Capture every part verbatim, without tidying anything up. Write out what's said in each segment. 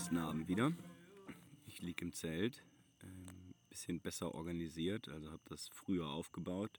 ersten Abend wieder. Ich liege im Zelt, ein bisschen besser organisiert, also habe das früher aufgebaut.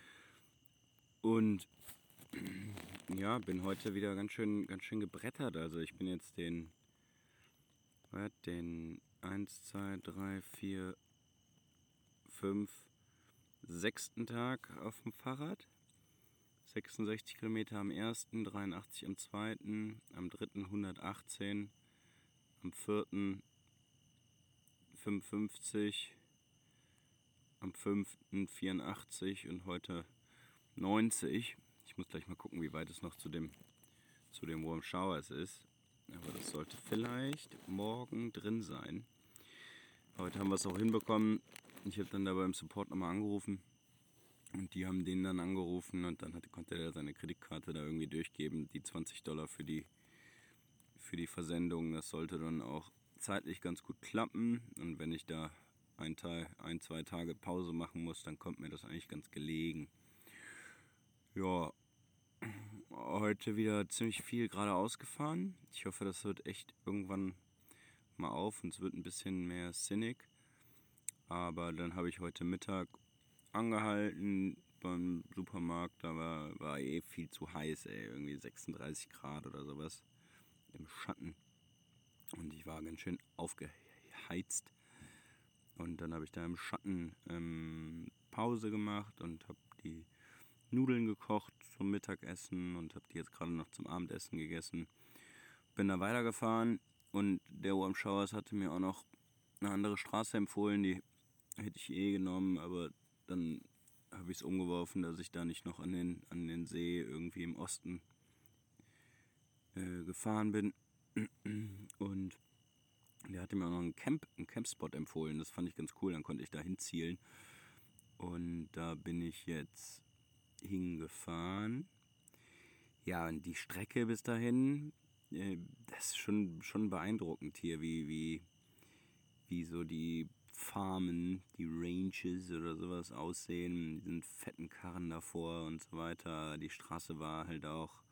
Und ja, bin heute wieder ganz schön, ganz schön gebrettert. Also ich bin jetzt den, was, den eins, zwei, drei, vier, fünf, sechsten Tag auf dem Fahrrad. sechsundsechzig Kilometer am ersten, dreiundachtzig am zweiten, am dritten hundertachtzehn, am vierten fünfundfünfzig, am fünften vierundachtzig und heute neunzig. Ich muss gleich mal gucken, wie weit es noch zu dem, zu dem Warm Showers ist. Aber das sollte vielleicht morgen drin sein. Heute haben wir es auch hinbekommen. Ich habe dann da beim Support nochmal angerufen. Und die haben den dann angerufen und dann hat, konnte er seine Kreditkarte da irgendwie durchgeben. Die zwanzig Dollar für die, für die Versendung, das sollte dann auch zeitlich ganz gut klappen. Und wenn ich da ein, Teil, ein zwei Tage Pause machen muss, dann kommt mir das eigentlich ganz gelegen. Ja, heute wieder ziemlich viel geradeaus gefahren. Ich hoffe, das hört echt irgendwann mal auf und es wird ein bisschen mehr sinnig. Aber dann habe ich heute Mittag angehalten beim Supermarkt, da war, war eh viel zu heiß, ey, irgendwie sechsunddreißig Grad oder sowas im Schatten. Und ich war ganz schön aufgeheizt. Und dann habe ich da im Schatten ähm, Pause gemacht und habe die Nudeln gekocht zum Mittagessen und habe die jetzt gerade noch zum Abendessen gegessen. Bin da weitergefahren und der Warm Showers hatte mir auch noch eine andere Straße empfohlen, die hätte ich eh genommen, aber dann habe ich es umgeworfen, dass ich da nicht noch an den, an den See irgendwie im Osten äh, gefahren bin. Und der hatte mir auch noch einen Camp, einen Campspot empfohlen. Das fand ich ganz cool, dann konnte ich da hinzielen. Und da bin ich jetzt hingefahren. Ja, und die Strecke bis dahin, äh, das ist schon, schon beeindruckend hier, wie, wie, wie so die Farmen, die Ranches oder sowas aussehen, diesen fetten Karren davor und so weiter. Die Straße war halt auch,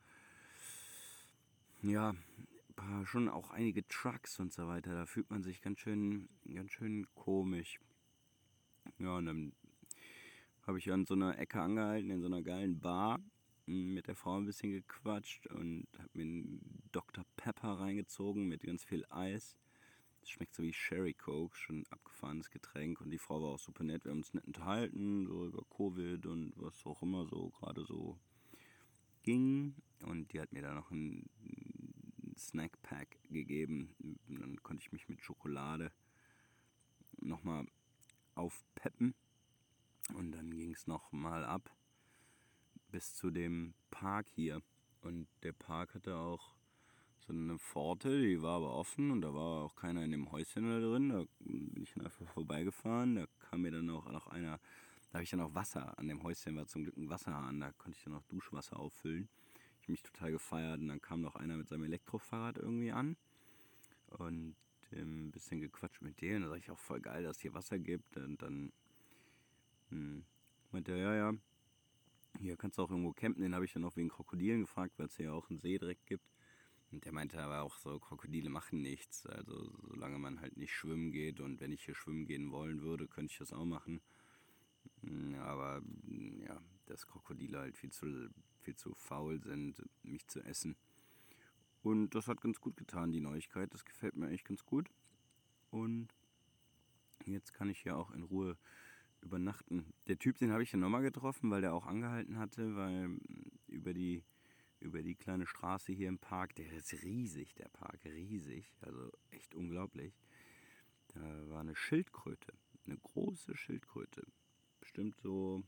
ja, war schon auch einige Trucks und so weiter. Da fühlt man sich ganz schön, ganz schön komisch. Ja, und dann habe ich an so einer Ecke angehalten, in so einer geilen Bar, mit der Frau ein bisschen gequatscht und habe mir einen Doktor Pepper reingezogen mit ganz viel Eis. Das schmeckt so wie Sherry Coke, schon ein abgefahrenes Getränk. Und die Frau war auch super nett. Wir haben uns nett unterhalten, so über Covid und was auch immer so gerade so ging. Und die hat mir da noch einen Snackpack gegeben. Und dann konnte ich mich mit Schokolade nochmal aufpeppen. Und dann ging es nochmal ab bis zu dem Park hier. Und der Park hatte auch so eine Pforte, die war aber offen und da war auch keiner in dem Häuschen da drin. Da bin ich dann einfach vorbeigefahren. Da kam mir dann auch noch einer, da habe ich dann auch Wasser. An dem Häuschen war zum Glück ein Wasserhahn, da konnte ich dann auch Duschwasser auffüllen. Ich habe mich total gefeiert und dann kam noch einer mit seinem Elektrofahrrad irgendwie an und ähm, ein bisschen gequatscht mit denen. Da sag ich auch voll geil, dass es hier Wasser gibt. Und dann hm, meinte er, ja, ja, hier kannst du auch irgendwo campen. Den habe ich dann auch wegen Krokodilen gefragt, weil es hier ja auch einen See direkt gibt. Und der meinte aber auch so, Krokodile machen nichts, also solange man halt nicht schwimmen geht. Und wenn ich hier schwimmen gehen wollen würde, könnte ich das auch machen. Aber ja, dass Krokodile halt viel zu, viel zu faul sind, mich zu essen. Und das hat ganz gut getan, die Neuigkeit. Das gefällt mir echt ganz gut. Und jetzt kann ich hier auch in Ruhe übernachten. Der Typ, den habe ich dann nochmal getroffen, weil der auch angehalten hatte, weil über die über die kleine Straße hier im Park, der ist riesig, der Park, riesig, also echt unglaublich. Da war eine Schildkröte, eine große Schildkröte, bestimmt so,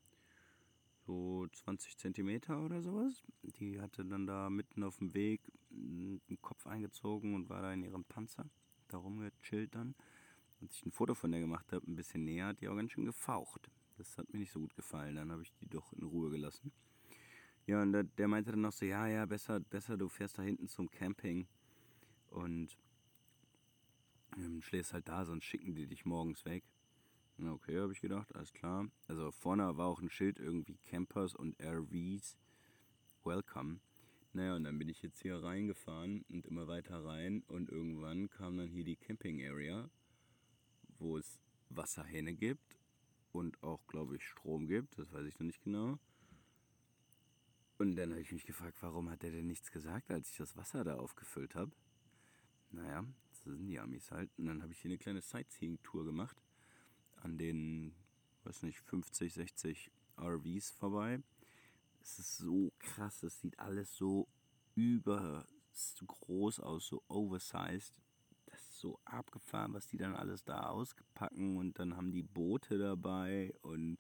so zwanzig Zentimeter oder sowas. Die hatte dann da mitten auf dem Weg den Kopf eingezogen und war da in ihrem Panzer, da rumgechillt dann. Als ich ein Foto von der gemacht habe, ein bisschen näher, hat die auch ganz schön gefaucht. Das hat mir nicht so gut gefallen, dann habe ich die doch in Ruhe gelassen. Ja, und der, der meinte dann noch so, ja, ja, besser, besser, du fährst da hinten zum Camping und ähm, schläfst halt da, sonst schicken die dich morgens weg. Na, okay, habe ich gedacht, alles klar. Also vorne war auch ein Schild irgendwie Campers und R Vs Welcome. Naja, und dann bin ich jetzt hier reingefahren und immer weiter rein und irgendwann kam dann hier die Camping Area, wo es Wasserhähne gibt und auch, glaube ich, Strom gibt, das weiß ich noch nicht genau. Und dann habe ich mich gefragt, warum hat der denn nichts gesagt, als ich das Wasser da aufgefüllt habe? Naja, so sind die Amis halt. Und dann habe ich hier eine kleine Sightseeing-Tour gemacht, an den, weiß nicht, fünfzig, sechzig R Vs vorbei. Es ist so krass, es sieht alles so über so groß aus, so oversized. Das ist so abgefahren, was die dann alles da auspacken und dann haben die Boote dabei und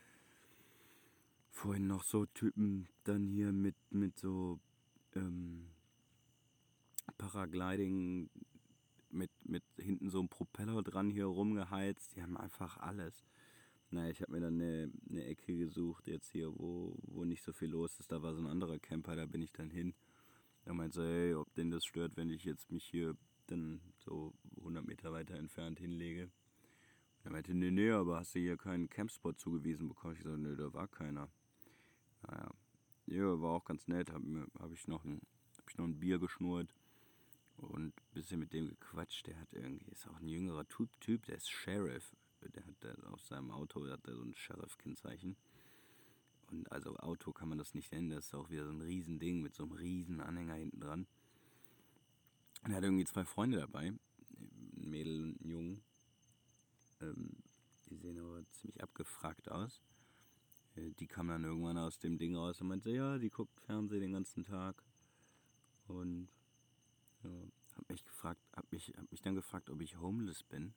vorhin noch so Typen dann hier mit, mit so ähm, Paragliding, mit, mit hinten so einem Propeller dran hier rumgeheizt. Die haben einfach alles. Naja, ich habe mir dann eine, eine Ecke gesucht jetzt hier, wo, wo nicht so viel los ist. Da war so ein anderer Camper, da bin ich dann hin. Er meinte so, hey, ob denn das stört, wenn ich jetzt mich hier dann so hundert Meter weiter entfernt hinlege. Er meinte, nee, nee, aber hast du hier keinen Campspot zugewiesen bekommen? Ich so, nee, da war keiner. Naja, ja, war auch ganz nett. Habe hab ich, noch ein, hab ich noch ein Bier geschnurrt und ein bisschen mit dem gequatscht. Der hat irgendwie, ist auch ein jüngerer Typ, typ der ist Sheriff. Der hat der, auf seinem Auto hat der so ein Sheriff-Kennzeichen. Und also Auto kann man das nicht nennen, das ist auch wieder so ein Riesending mit so einem riesen Anhänger hinten dran. Und er hat irgendwie zwei Freunde dabei, ein Mädel und ein Jungen. Ähm, die sehen aber ziemlich abgefragt aus. Äh, die kam dann irgendwann aus dem Ding raus und meinte, ja, die guckt Fernsehen den ganzen Tag. Und ja, hab mich gefragt, hab mich, hab mich dann gefragt, ob ich homeless bin.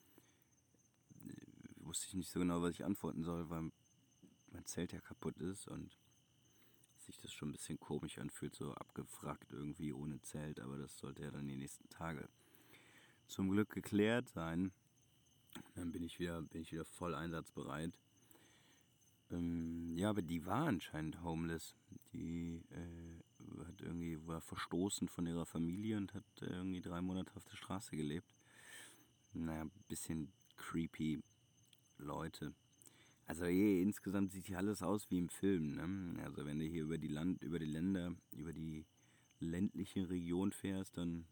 Äh, wusste ich nicht so genau, was ich antworten soll, weil mein Zelt ja kaputt ist und sich das schon ein bisschen komisch anfühlt, so abgefragt irgendwie ohne Zelt, aber das sollte ja dann die nächsten Tage zum Glück geklärt sein. Dann bin ich wieder, bin ich wieder voll einsatzbereit. Ähm, ja, aber die war anscheinend homeless. Die äh, hat irgendwie, war verstoßen von ihrer Familie und hat äh, irgendwie drei Monate auf der Straße gelebt. Naja, ein bisschen creepy Leute. Also je, insgesamt sieht hier alles aus wie im Film, ne? Also wenn du hier über die Land, über die Länder, über die ländliche Region fährst, dann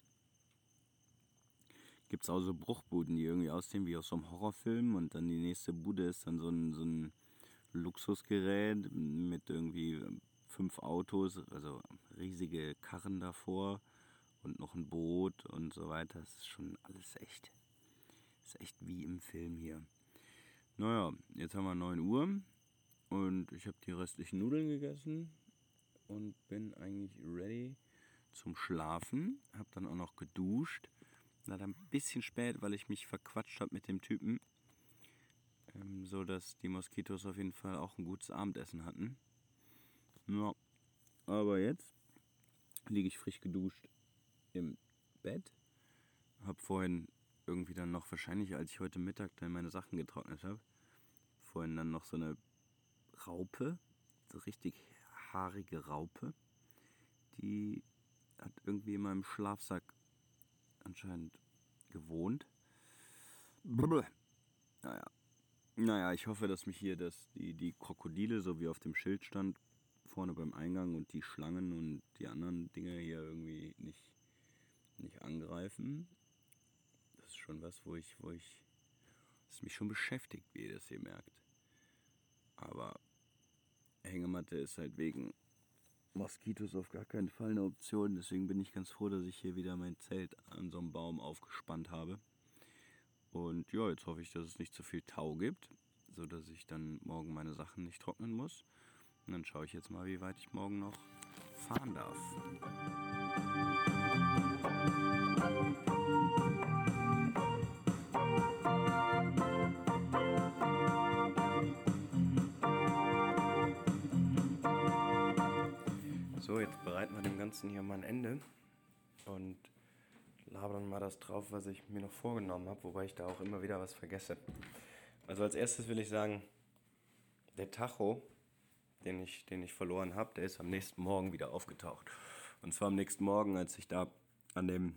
gibt es auch so Bruchbuden, die irgendwie aussehen wie aus so einem Horrorfilm und dann die nächste Bude ist dann so ein, so ein Luxusgerät mit irgendwie fünf Autos, also riesige Karren davor und noch ein Boot und so weiter. Das ist schon alles echt, das ist echt wie im Film hier. Naja, jetzt haben wir neun Uhr und ich habe die restlichen Nudeln gegessen und bin eigentlich ready zum Schlafen. Habe dann auch noch geduscht. Leider ein bisschen spät, weil ich mich verquatscht habe mit dem Typen. Ähm, so dass die Moskitos auf jeden Fall auch ein gutes Abendessen hatten. Ja, aber jetzt liege ich frisch geduscht im Bett. Hab vorhin irgendwie dann noch, wahrscheinlich als ich heute Mittag dann meine Sachen getrocknet habe, vorhin dann noch so eine Raupe, so richtig haarige Raupe, die hat irgendwie in meinem Schlafsack anscheinend gewohnt. Naja. Naja, ich hoffe, dass mich hier das, die, die Krokodile, so wie auf dem Schild stand, vorne beim Eingang und die Schlangen und die anderen Dinge hier irgendwie nicht, nicht angreifen. Das ist schon was, wo ich, wo ich, das mich schon beschäftigt, wie ihr das hier merkt. Aber Hängematte ist halt wegen Moskitos auf gar keinen Fall eine Option. Deswegen bin ich ganz froh, dass ich hier wieder mein Zelt an so einem Baum aufgespannt habe. Und ja, jetzt hoffe ich, dass es nicht zu viel Tau gibt, sodass ich dann morgen meine Sachen nicht trocknen muss. Und dann schaue ich jetzt mal, wie weit ich morgen noch fahren darf. So, jetzt bereiten wir dem Ganzen hier mal ein Ende und labern mal das drauf, was ich mir noch vorgenommen habe, wobei ich da auch immer wieder was vergesse. Also als erstes will ich sagen, der Tacho, den ich, den ich verloren habe, der ist am nächsten Morgen wieder aufgetaucht. Und zwar am nächsten Morgen, als ich da an dem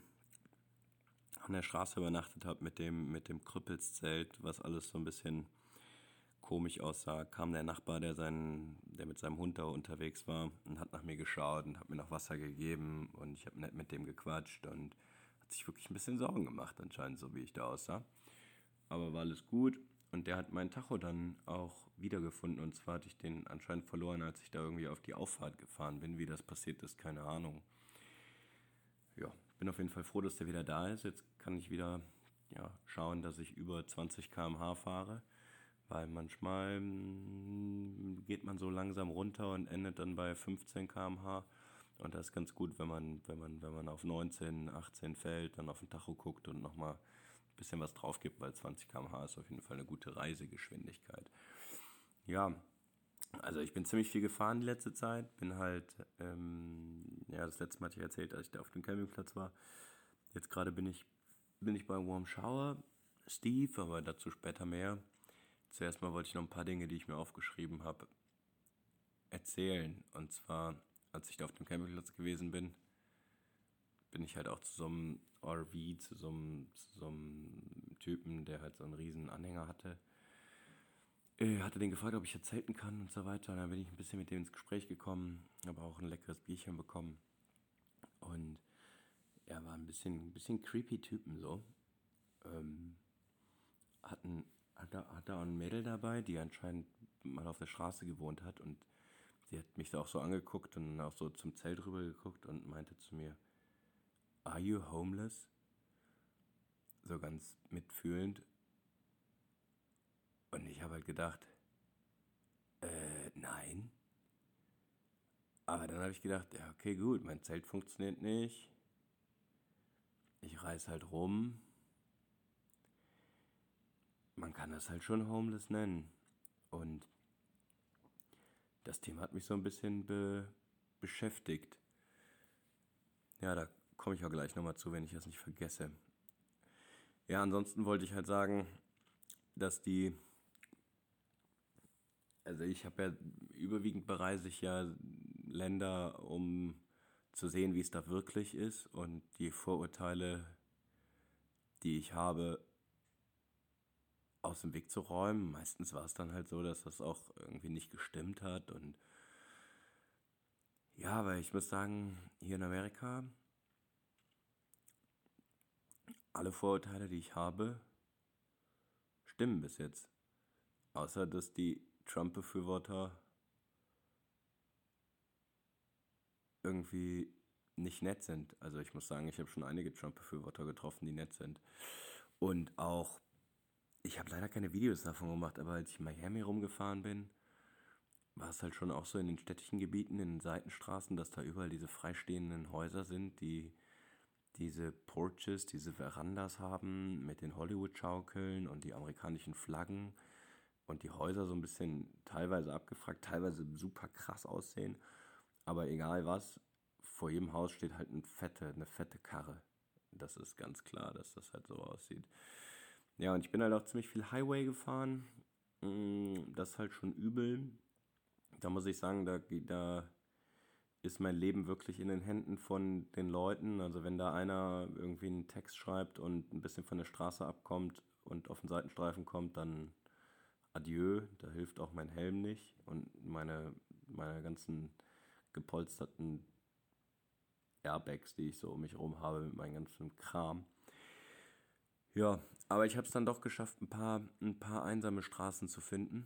an der Straße übernachtet habe mit dem, mit dem Krüppelszelt, was alles so ein bisschen komisch aussah, kam der Nachbar, der, seinen, der mit seinem Hund da unterwegs war und hat nach mir geschaut und hat mir noch Wasser gegeben und ich habe nett mit dem gequatscht und hat sich wirklich ein bisschen Sorgen gemacht anscheinend, so wie ich da aussah. Aber war alles gut und der hat meinen Tacho dann auch wiedergefunden und zwar hatte ich den anscheinend verloren, als ich da irgendwie auf die Auffahrt gefahren bin. Wie das passiert ist, keine Ahnung. Ja, bin auf jeden Fall froh, dass der wieder da ist. Jetzt kann ich wieder ja, schauen, dass ich über zwanzig Kilometer pro Stunde fahre, weil manchmal mm, geht man so langsam runter und endet dann bei fünfzehn Kilometer pro Stunde. Und das ist ganz gut, wenn man, wenn man, wenn man auf neunzehn, achtzehn fällt, dann auf den Tacho guckt und nochmal ein bisschen was drauf gibt, weil zwanzig Kilometer pro Stunde ist auf jeden Fall eine gute Reisegeschwindigkeit. Ja, also ich bin ziemlich viel gefahren die letzte Zeit. Bin halt, ähm, ja, das letzte Mal hatte ich erzählt, als ich da auf dem Campingplatz war. Jetzt gerade bin ich, bin ich bei Warm Shower, Steve, aber dazu später mehr. Zuerst mal wollte ich noch ein paar Dinge, die ich mir aufgeschrieben habe, erzählen. Und zwar, als ich da auf dem Campingplatz gewesen bin, bin ich halt auch zu so einem R V, zu so einem, zu so einem Typen, der halt so einen riesen Anhänger hatte. Ich hatte den gefragt, ob ich jetzt zelten kann und so weiter. Und dann bin ich ein bisschen mit dem ins Gespräch gekommen, habe auch ein leckeres Bierchen bekommen. Und er war ein bisschen, ein bisschen creepy Typen so. Ähm, hatten, hat, er, hat er auch ein Mädel dabei, die anscheinend mal auf der Straße gewohnt hat. Und sie hat mich da auch so angeguckt und auch so zum Zelt rüber geguckt und meinte zu mir, Are you homeless? So ganz mitfühlend. Und ich habe halt gedacht, äh, nein. Aber dann habe ich gedacht, ja, okay, gut, mein Zelt funktioniert nicht. Ich reise halt rum. Man kann das halt schon homeless nennen. Und das Thema hat mich so ein bisschen be beschäftigt. Ja, da komme ich auch gleich nochmal zu, wenn ich das nicht vergesse. Ja, ansonsten wollte ich halt sagen, dass die, also ich habe ja, überwiegend bereise ich ja Länder, um zu sehen, wie es da wirklich ist und die Vorurteile, die ich habe, aus dem Weg zu räumen. Meistens war es dann halt so, dass das auch irgendwie nicht gestimmt hat und ja, aber ich muss sagen, hier in Amerika, alle Vorurteile, die ich habe, stimmen bis jetzt. Außer, dass die Trump-Befürworter irgendwie nicht nett sind. Also ich muss sagen, ich habe schon einige Trump-Befürworter getroffen, die nett sind. Und auch, ich habe leider keine Videos davon gemacht, aber als ich in Miami rumgefahren bin, war es halt schon auch so in den städtischen Gebieten, in den Seitenstraßen, dass da überall diese freistehenden Häuser sind, die diese Porches, diese Verandas haben mit den Hollywood-Schaukeln und die amerikanischen Flaggen und die Häuser so ein bisschen teilweise abgefragt, teilweise super krass aussehen. Aber egal was, vor jedem Haus steht halt eine fette, eine fette Karre. Das ist ganz klar, dass das halt so aussieht. Ja, und ich bin halt auch ziemlich viel Highway gefahren. Mm, Das ist halt schon übel. Da muss ich sagen, da, da ist mein Leben wirklich in den Händen von den Leuten. Also wenn da einer irgendwie einen Text schreibt und ein bisschen von der Straße abkommt und auf den Seitenstreifen kommt, dann adieu. Da hilft auch mein Helm nicht und meine, meine ganzen gepolsterten Airbags, die ich so um mich herum habe mit meinem ganzen Kram. Ja, aber ich habe es dann doch geschafft, ein paar, ein paar einsame Straßen zu finden.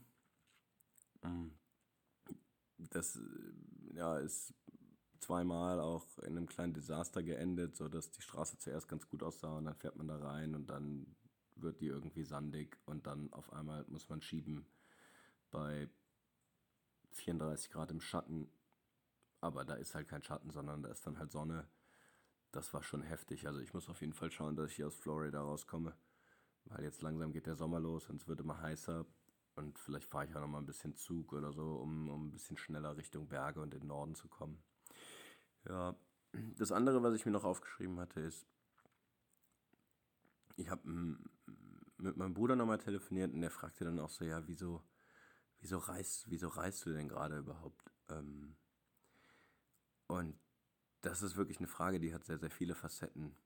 Das äh, ja, ist zweimal auch in einem kleinen Desaster geendet, sodass die Straße zuerst ganz gut aussah und dann fährt man da rein und dann wird die irgendwie sandig und dann auf einmal muss man schieben bei vierunddreißig Grad im Schatten. Aber da ist halt kein Schatten, sondern da ist dann halt Sonne. Das war schon heftig. Also ich muss auf jeden Fall schauen, dass ich hier aus Florida rauskomme. Weil jetzt langsam geht der Sommer los und es wird immer heißer. Und vielleicht fahre ich auch noch mal ein bisschen Zug oder so, um, um ein bisschen schneller Richtung Berge und in den Norden zu kommen. Ja, das andere, was ich mir noch aufgeschrieben hatte, ist, ich habe mit meinem Bruder nochmal telefoniert und der fragte dann auch so, ja, wieso, wieso reist, wieso reist du denn gerade überhaupt? Ähm, und das ist wirklich eine Frage, die hat sehr, sehr viele Facetten.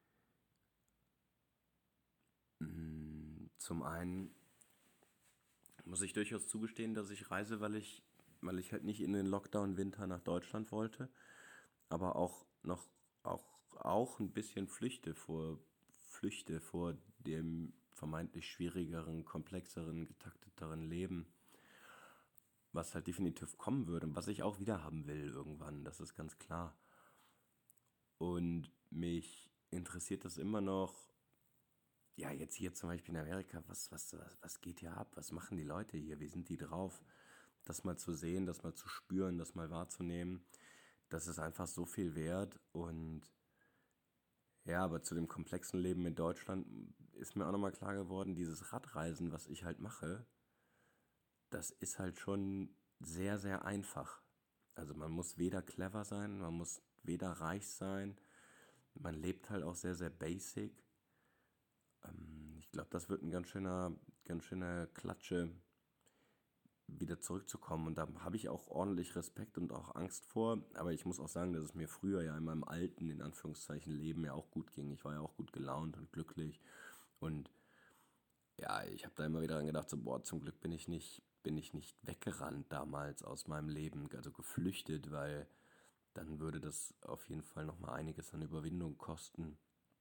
Zum einen muss ich durchaus zugestehen, dass ich reise, weil ich, weil ich halt nicht in den Lockdown-Winter nach Deutschland wollte, aber auch noch auch, auch ein bisschen flüchte vor, flüchte vor dem vermeintlich schwierigeren, komplexeren, getakteteren Leben, was halt definitiv kommen würde und was ich auch wieder haben will irgendwann, das ist ganz klar. Und mich interessiert das immer noch, ja, jetzt hier zum Beispiel in Amerika, was, was, was, was geht hier ab? Was machen die Leute hier? Wie sind die drauf? Das mal zu sehen, das mal zu spüren, das mal wahrzunehmen, das ist einfach so viel wert. Und ja, aber zu dem komplexen Leben in Deutschland ist mir auch nochmal klar geworden, dieses Radreisen, was ich halt mache, das ist halt schon sehr, sehr einfach. Also man muss weder clever sein, man muss weder reich sein, man lebt halt auch sehr, sehr basic. Ähm, ich glaube, das wird ein ganz schöner, ganz schöner Klatsche, wieder zurückzukommen. Und da habe ich auch ordentlich Respekt und auch Angst vor. Aber ich muss auch sagen, dass es mir früher ja in meinem alten, in Anführungszeichen, Leben ja auch gut ging. Ich war ja auch gut gelaunt und glücklich. Und ja, ich habe da immer wieder dran gedacht, so, boah, zum Glück bin ich nicht, bin ich nicht weggerannt damals aus meinem Leben, also geflüchtet, weil dann würde das auf jeden Fall nochmal einiges an Überwindung kosten,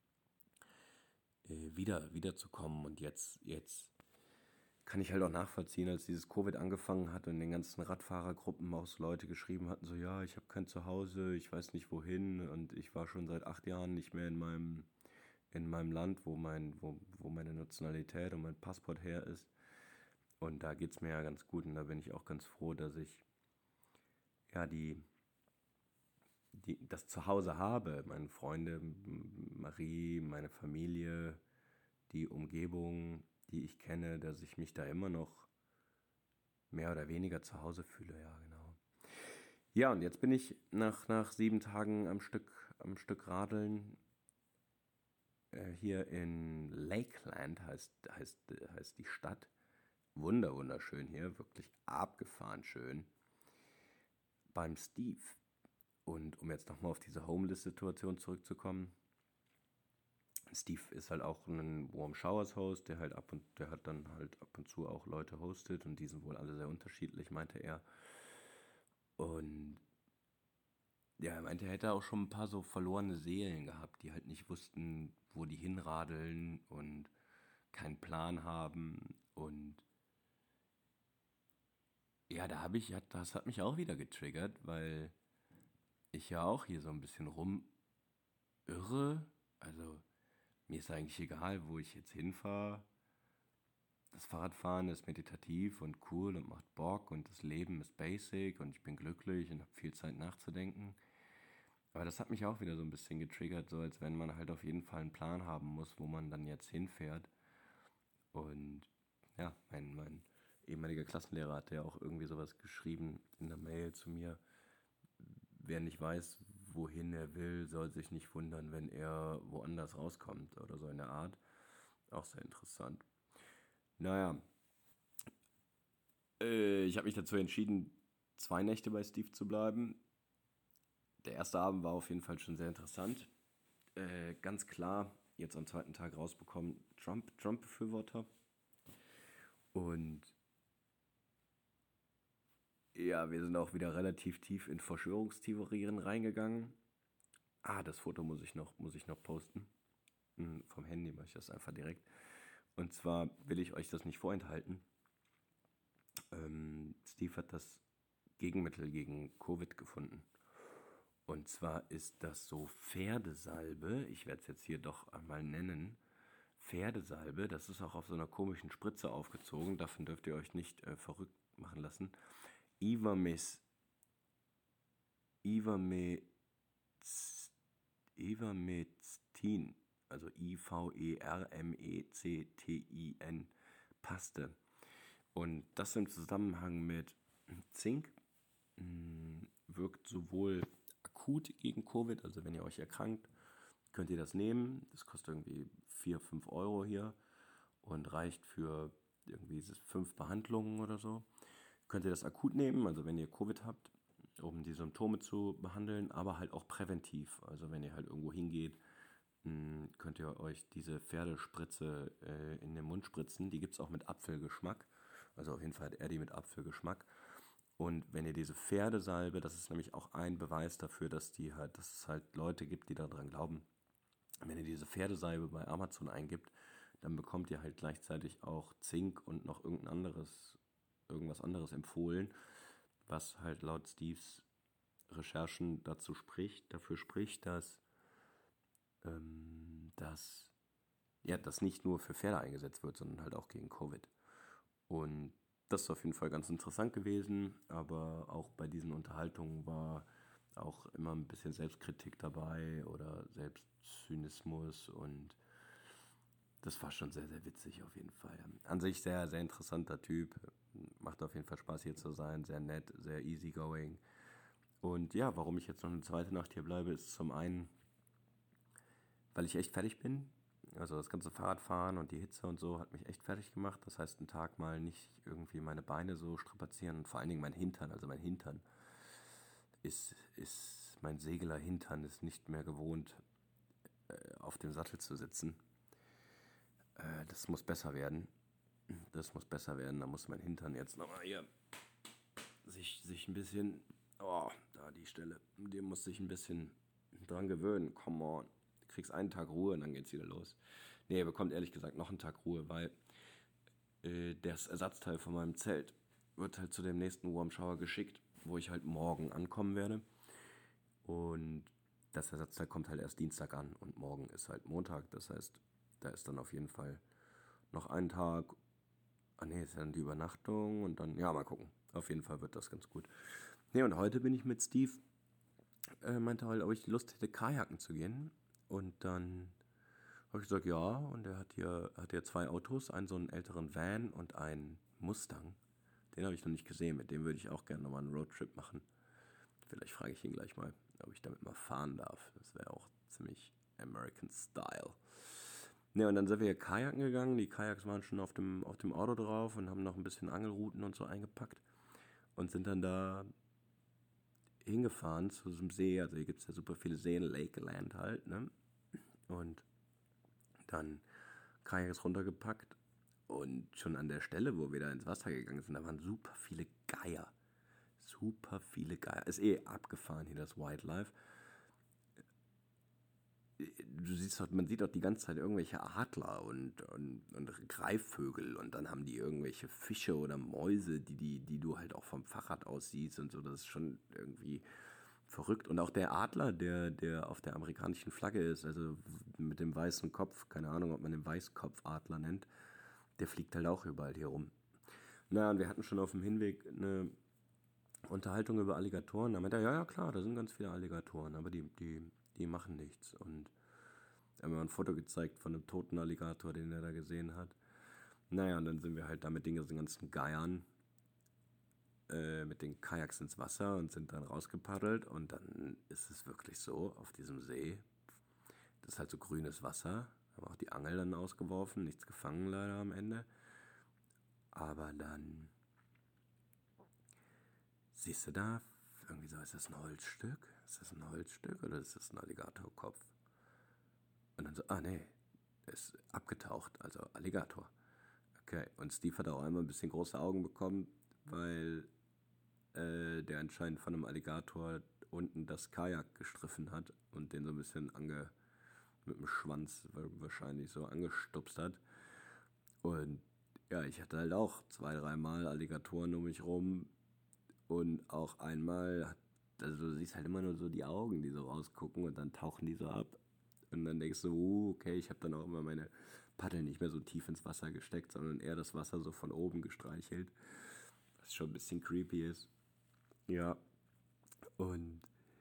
äh, wieder, wiederzukommen. Und jetzt, jetzt kann ich halt auch nachvollziehen, als dieses Covid angefangen hat und in den ganzen Radfahrergruppen auch so Leute geschrieben hatten, so ja, ich habe kein Zuhause, ich weiß nicht wohin und ich war schon seit acht Jahren nicht mehr in meinem, in meinem Land, wo, mein, wo, wo meine Nationalität und mein Passport her ist. Und da geht es mir ja ganz gut und da bin ich auch ganz froh, dass ich ja die, die das Zuhause habe, meine Freunde, Marie, meine Familie, die Umgebung, die ich kenne, dass ich mich da immer noch mehr oder weniger zu Hause fühle, ja, genau. Ja, und jetzt bin ich nach, nach sieben Tagen am Stück, am Stück Radeln äh, hier in Lakeland, heißt, heißt, heißt die Stadt. Wunder, wunderschön hier, wirklich abgefahren schön. Beim Steve. Und um jetzt nochmal auf diese Homeless-Situation zurückzukommen, Steve ist halt auch ein Warm Showers Host, der halt ab und der hat dann halt ab und zu auch Leute hostet und die sind wohl alle sehr unterschiedlich, meinte er. Und ja, er meinte, er hätte auch schon ein paar so verlorene Seelen gehabt, die halt nicht wussten, wo die hinradeln und keinen Plan haben. Und ja, da habe ich, das hat mich auch wieder getriggert, weil ich ja auch hier so ein bisschen rumirre. Also mir ist eigentlich egal, wo ich jetzt hinfahre. Das Fahrradfahren ist meditativ und cool und macht Bock und das Leben ist basic und ich bin glücklich und habe viel Zeit nachzudenken. Aber das hat mich auch wieder so ein bisschen getriggert, so als wenn man halt auf jeden Fall einen Plan haben muss, wo man dann jetzt hinfährt. Und ja, mein, mein ehemaliger Klassenlehrer hatte ja auch irgendwie sowas geschrieben in der Mail zu mir. Wer nicht weiß, wohin er will, soll sich nicht wundern, wenn er woanders rauskommt oder so in der Art. Auch sehr interessant. Naja, äh, ich habe mich dazu entschieden, zwei Nächte bei Steve zu bleiben. Der erste Abend war auf jeden Fall schon sehr interessant. Äh, ganz klar, jetzt am zweiten Tag rausbekommen, Trump, Trump-Befürworter. Und ja, wir sind auch wieder relativ tief in Verschwörungstheorien reingegangen. Ah, das Foto muss ich noch, muss ich noch posten. Hm, vom Handy mache ich das einfach direkt. Und zwar will ich euch das nicht vorenthalten. Ähm, Steve hat das Gegenmittel gegen Covid gefunden. Und zwar ist das so Pferdesalbe. Ich werde es jetzt hier doch einmal nennen. Pferdesalbe, das ist auch auf so einer komischen Spritze aufgezogen. Davon dürft ihr euch nicht äh, verrückt machen lassen. Ivermectin, Ivermectin, Ivermectin, also I V E R M E C T I N, Paste. Und das im Zusammenhang mit Zink mh, wirkt sowohl akut gegen Covid, also wenn ihr euch erkrankt, könnt ihr das nehmen. Das kostet irgendwie vier, fünf Euro hier und reicht für irgendwie fünf Behandlungen oder so. Könnt ihr das akut nehmen, also wenn ihr Covid habt, um die Symptome zu behandeln, aber halt auch präventiv. Also wenn ihr halt irgendwo hingeht, könnt ihr euch diese Pferdespritze äh, in den Mund spritzen. Die gibt es auch mit Apfelgeschmack. Also auf jeden Fall hat er die mit Apfelgeschmack. Und wenn ihr diese Pferdesalbe, das ist nämlich auch ein Beweis dafür, dass die halt, dass es halt Leute gibt, die daran glauben. Wenn ihr diese Pferdesalbe bei Amazon eingibt, dann bekommt ihr halt gleichzeitig auch Zink und noch irgendein anderes, irgendwas anderes empfohlen, was halt laut Steves Recherchen dazu spricht, dafür spricht, dass, ähm, dass ja, das nicht nur für Pferde eingesetzt wird, sondern halt auch gegen Covid. Und das ist auf jeden Fall ganz interessant gewesen, aber auch bei diesen Unterhaltungen war auch immer ein bisschen Selbstkritik dabei oder Selbstzynismus und das war schon sehr, sehr witzig auf jeden Fall. An sich sehr, sehr interessanter Typ, macht auf jeden Fall Spaß hier zu sein, sehr nett, sehr easygoing. Und ja, warum ich jetzt noch eine zweite Nacht hier bleibe, ist zum einen, weil ich echt fertig bin. Also das ganze Fahrradfahren und die Hitze und so hat mich echt fertig gemacht. Das heißt, einen Tag mal nicht irgendwie meine Beine so strapazieren und vor allen Dingen mein Hintern. Also mein Hintern ist, ist mein Segler-Hintern ist nicht mehr gewohnt, äh, auf dem Sattel zu sitzen. Äh, das muss besser werden. Das muss besser werden. Da muss mein Hintern jetzt nochmal hier sich, sich ein bisschen, oh, da die Stelle, dem muss sich ein bisschen dran gewöhnen. Come on. Du kriegst einen Tag Ruhe und dann geht's wieder los. Nee, er bekommt ehrlich gesagt noch einen Tag Ruhe, weil äh, das Ersatzteil von meinem Zelt wird halt zu dem nächsten Warm Shower geschickt, wo ich halt morgen ankommen werde. Und das Ersatzteil kommt halt erst Dienstag an und morgen ist halt Montag. Das heißt, da ist dann auf jeden Fall noch ein Tag. Ah ne, ist ja dann die Übernachtung und dann, ja, mal gucken. Auf jeden Fall wird das ganz gut. Ne, und heute bin ich mit Steve, äh, meinte halt, ob ich Lust hätte, Kajaken zu gehen. Und dann habe ich gesagt, ja. Und er hat hier, hat hier zwei Autos, einen so einen älteren Van und einen Mustang. Den habe ich noch nicht gesehen. Mit dem würde ich auch gerne nochmal einen Roadtrip machen. Vielleicht frage ich ihn gleich mal, ob ich damit mal fahren darf. Das wäre auch ziemlich American Style. Ne, und dann sind wir hier Kajaken gegangen. Die Kajaks waren schon auf dem, auf dem Auto drauf und haben noch ein bisschen Angelrouten und so eingepackt. Und sind dann da hingefahren zu diesem See. Also hier gibt es ja super viele Seen, Lakeland halt, ne? Und dann Kajaks runtergepackt. Und schon an der Stelle, wo wir da ins Wasser gegangen sind, da waren super viele Geier. Super viele Geier. Ist eh abgefahren hier, das Wildlife. Du siehst doch, man sieht doch die ganze Zeit irgendwelche Adler und, und, und Greifvögel und dann haben die irgendwelche Fische oder Mäuse, die, die, die du halt auch vom Fahrrad aus siehst und so. Das ist schon irgendwie verrückt. Und auch der Adler, der, der auf der amerikanischen Flagge ist, also mit dem weißen Kopf, keine Ahnung, ob man den Weißkopfadler nennt, der fliegt halt auch überall hier rum. Na, und wir hatten schon auf dem Hinweg eine Unterhaltung über Alligatoren. Da meinte er, ja, ja, klar, da sind ganz viele Alligatoren, aber die, die, die machen nichts. Und er hat mir ein Foto gezeigt von einem toten Alligator, den er da gesehen hat. Naja, und dann sind wir halt da mit den ganzen Geiern äh, mit den Kajaks ins Wasser und sind dann rausgepaddelt. Und dann ist es wirklich so, auf diesem See, das ist halt so grünes Wasser. Haben auch die Angel dann ausgeworfen, nichts gefangen leider am Ende. Aber dann siehst du da, irgendwie so, ist das ein Holzstück? Ist das ein Holzstück oder ist das ein Alligatorkopf? Und dann so, ah nee, ist abgetaucht, also Alligator. Okay, und Steve hat auch einmal ein bisschen große Augen bekommen, weil äh, der anscheinend von einem Alligator unten das Kajak gestriffen hat und den so ein bisschen ange, mit dem Schwanz wahrscheinlich so angestupst hat. Und ja, ich hatte halt auch zwei, dreimal Alligatoren um mich rum und auch einmal, hat, also du siehst halt immer nur so die Augen, die so rausgucken und dann tauchen die so ab. Und dann denkst du, uh, okay, ich habe dann auch immer meine Paddel nicht mehr so tief ins Wasser gesteckt, sondern eher das Wasser so von oben gestreichelt, was schon ein bisschen creepy ist. Ja, und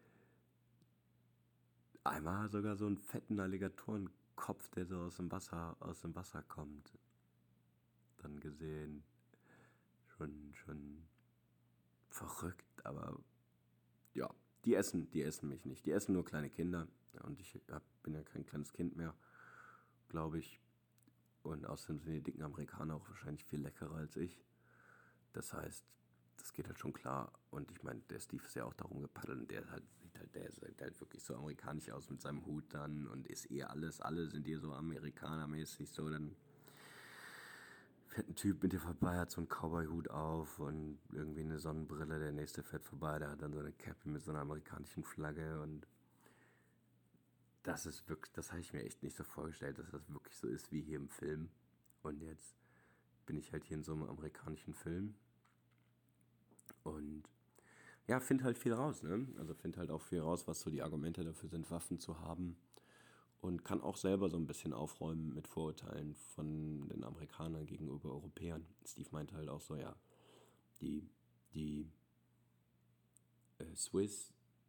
einmal sogar so einen fetten Alligatorenkopf, der so aus dem Wasser, aus dem Wasser kommt, dann gesehen. Schon, schon verrückt, aber ja, die essen, die essen mich nicht. Die essen nur kleine Kinder und ich hab, bin ja kein kleines Kind mehr, glaube ich. Und außerdem sind die dicken Amerikaner auch wahrscheinlich viel leckerer als ich. Das heißt, das geht halt schon klar. Und ich meine, der Steve ist ja auch darum gepaddelt und der halt, sieht halt, der sieht halt wirklich so amerikanisch aus mit seinem Hut dann und ist eh alles, alle sind hier so amerikanermäßig so, dann fährt ein Typ mit dir vorbei, hat so einen Cowboy-Hut auf und irgendwie eine Sonnenbrille. Der nächste fährt vorbei, der hat dann so eine Cappy mit so einer amerikanischen Flagge. Und das ist wirklich, das habe ich mir echt nicht so vorgestellt, dass das wirklich so ist wie hier im Film. Und jetzt bin ich halt hier in so einem amerikanischen Film und ja, find halt viel raus, ne? Also find halt auch viel raus, was so die Argumente dafür sind, Waffen zu haben. Und kann auch selber so ein bisschen aufräumen mit Vorurteilen von den Amerikanern gegenüber Europäern. Steve meinte halt auch so, ja, die, die äh, Swiss,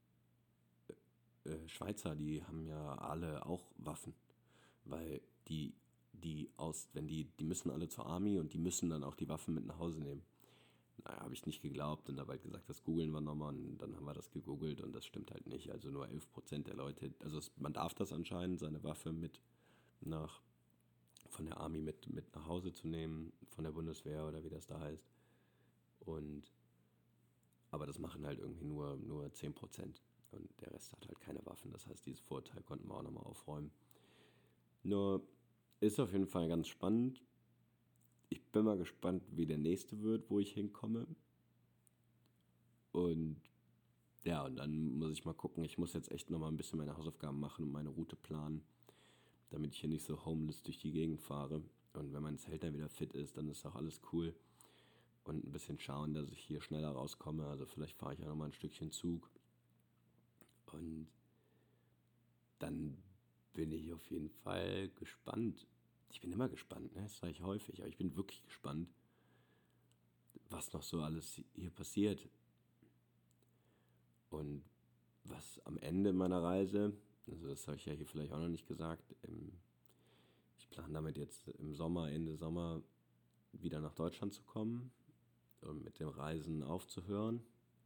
äh, Schweizer, die haben ja alle auch Waffen, weil die, die aus, wenn die, die müssen alle zur Army und die müssen dann auch die Waffen mit nach Hause nehmen. Naja, habe ich nicht geglaubt und dabei gesagt, das googeln wir nochmal und dann haben wir das gegoogelt und das stimmt halt nicht. Also nur elf Prozent der Leute, also es, man darf das anscheinend, seine Waffe mit nach, von der Army mit, mit nach Hause zu nehmen, von der Bundeswehr oder wie das da heißt. Und, aber das machen halt irgendwie nur, nur zehn Prozent und der Rest hat halt keine Waffen. Das heißt, dieses Vorurteil konnten wir auch nochmal aufräumen. Nur ist auf jeden Fall ganz spannend. Ich bin mal gespannt, wie der nächste wird, wo ich hinkomme. Und ja, und dann muss ich mal gucken. Ich muss jetzt echt nochmal ein bisschen meine Hausaufgaben machen und meine Route planen, damit ich hier nicht so homeless durch die Gegend fahre. Und wenn mein Zelt dann wieder fit ist, dann ist auch alles cool. Und ein bisschen schauen, dass ich hier schneller rauskomme. Also vielleicht fahre ich ja nochmal ein Stückchen Zug. Und dann bin ich auf jeden Fall gespannt. Ich bin immer gespannt, ne? Das sage ich häufig, aber ich bin wirklich gespannt, was noch so alles hier passiert. Und was am Ende meiner Reise, also das habe ich ja hier vielleicht auch noch nicht gesagt, im, ich plane damit jetzt im Sommer, Ende Sommer wieder nach Deutschland zu kommen und mit dem Reisen aufzuhören.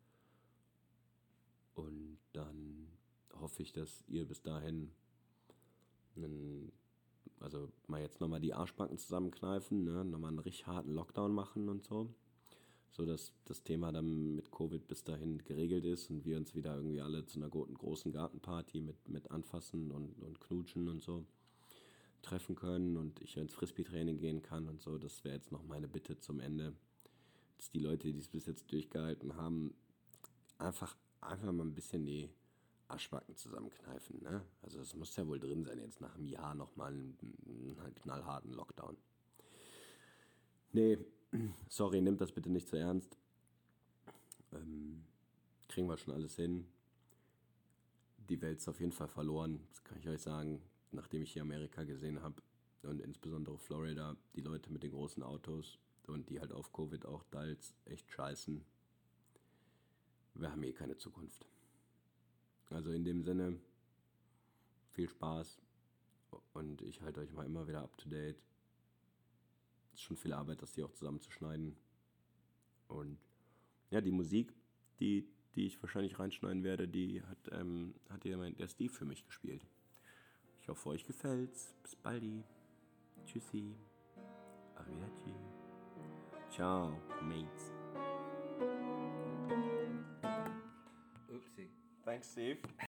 Und dann hoffe ich, dass ihr bis dahin einen, also mal jetzt nochmal die Arschbacken zusammenkneifen, ne? Nochmal einen richtig harten Lockdown machen und so. So dass das Thema dann mit Covid bis dahin geregelt ist und wir uns wieder irgendwie alle zu einer großen Gartenparty mit, mit Anfassen und, und Knutschen und so treffen können und ich ins Frisbee-Training gehen kann und so. Das wäre jetzt noch meine Bitte zum Ende. Dass die Leute, die es bis jetzt durchgehalten haben, einfach, einfach mal ein bisschen die Arschbacken zusammenkneifen. Ne? Also es muss ja wohl drin sein, jetzt nach einem Jahr nochmal einen, einen knallharten Lockdown. Nee, sorry, nehmt das bitte nicht zu ernst. Ähm, kriegen wir schon alles hin. Die Welt ist auf jeden Fall verloren, das kann ich euch sagen, nachdem ich hier Amerika gesehen habe und insbesondere Florida, die Leute mit den großen Autos und die halt auf Covid auch teils echt scheißen. Wir haben eh keine Zukunft. Also in dem Sinne, viel Spaß und ich halte euch mal immer wieder up to date. Es ist schon viel Arbeit, das hier auch zusammenzuschneiden. Und ja, die Musik, die, die ich wahrscheinlich reinschneiden werde, die hat, ähm, hat ja mein, der Steve für mich gespielt. Ich hoffe, euch gefällt's. Bis baldi. Tschüssi. Arrivederci. Ciao, mates. Oopsie. Thanks, Steve.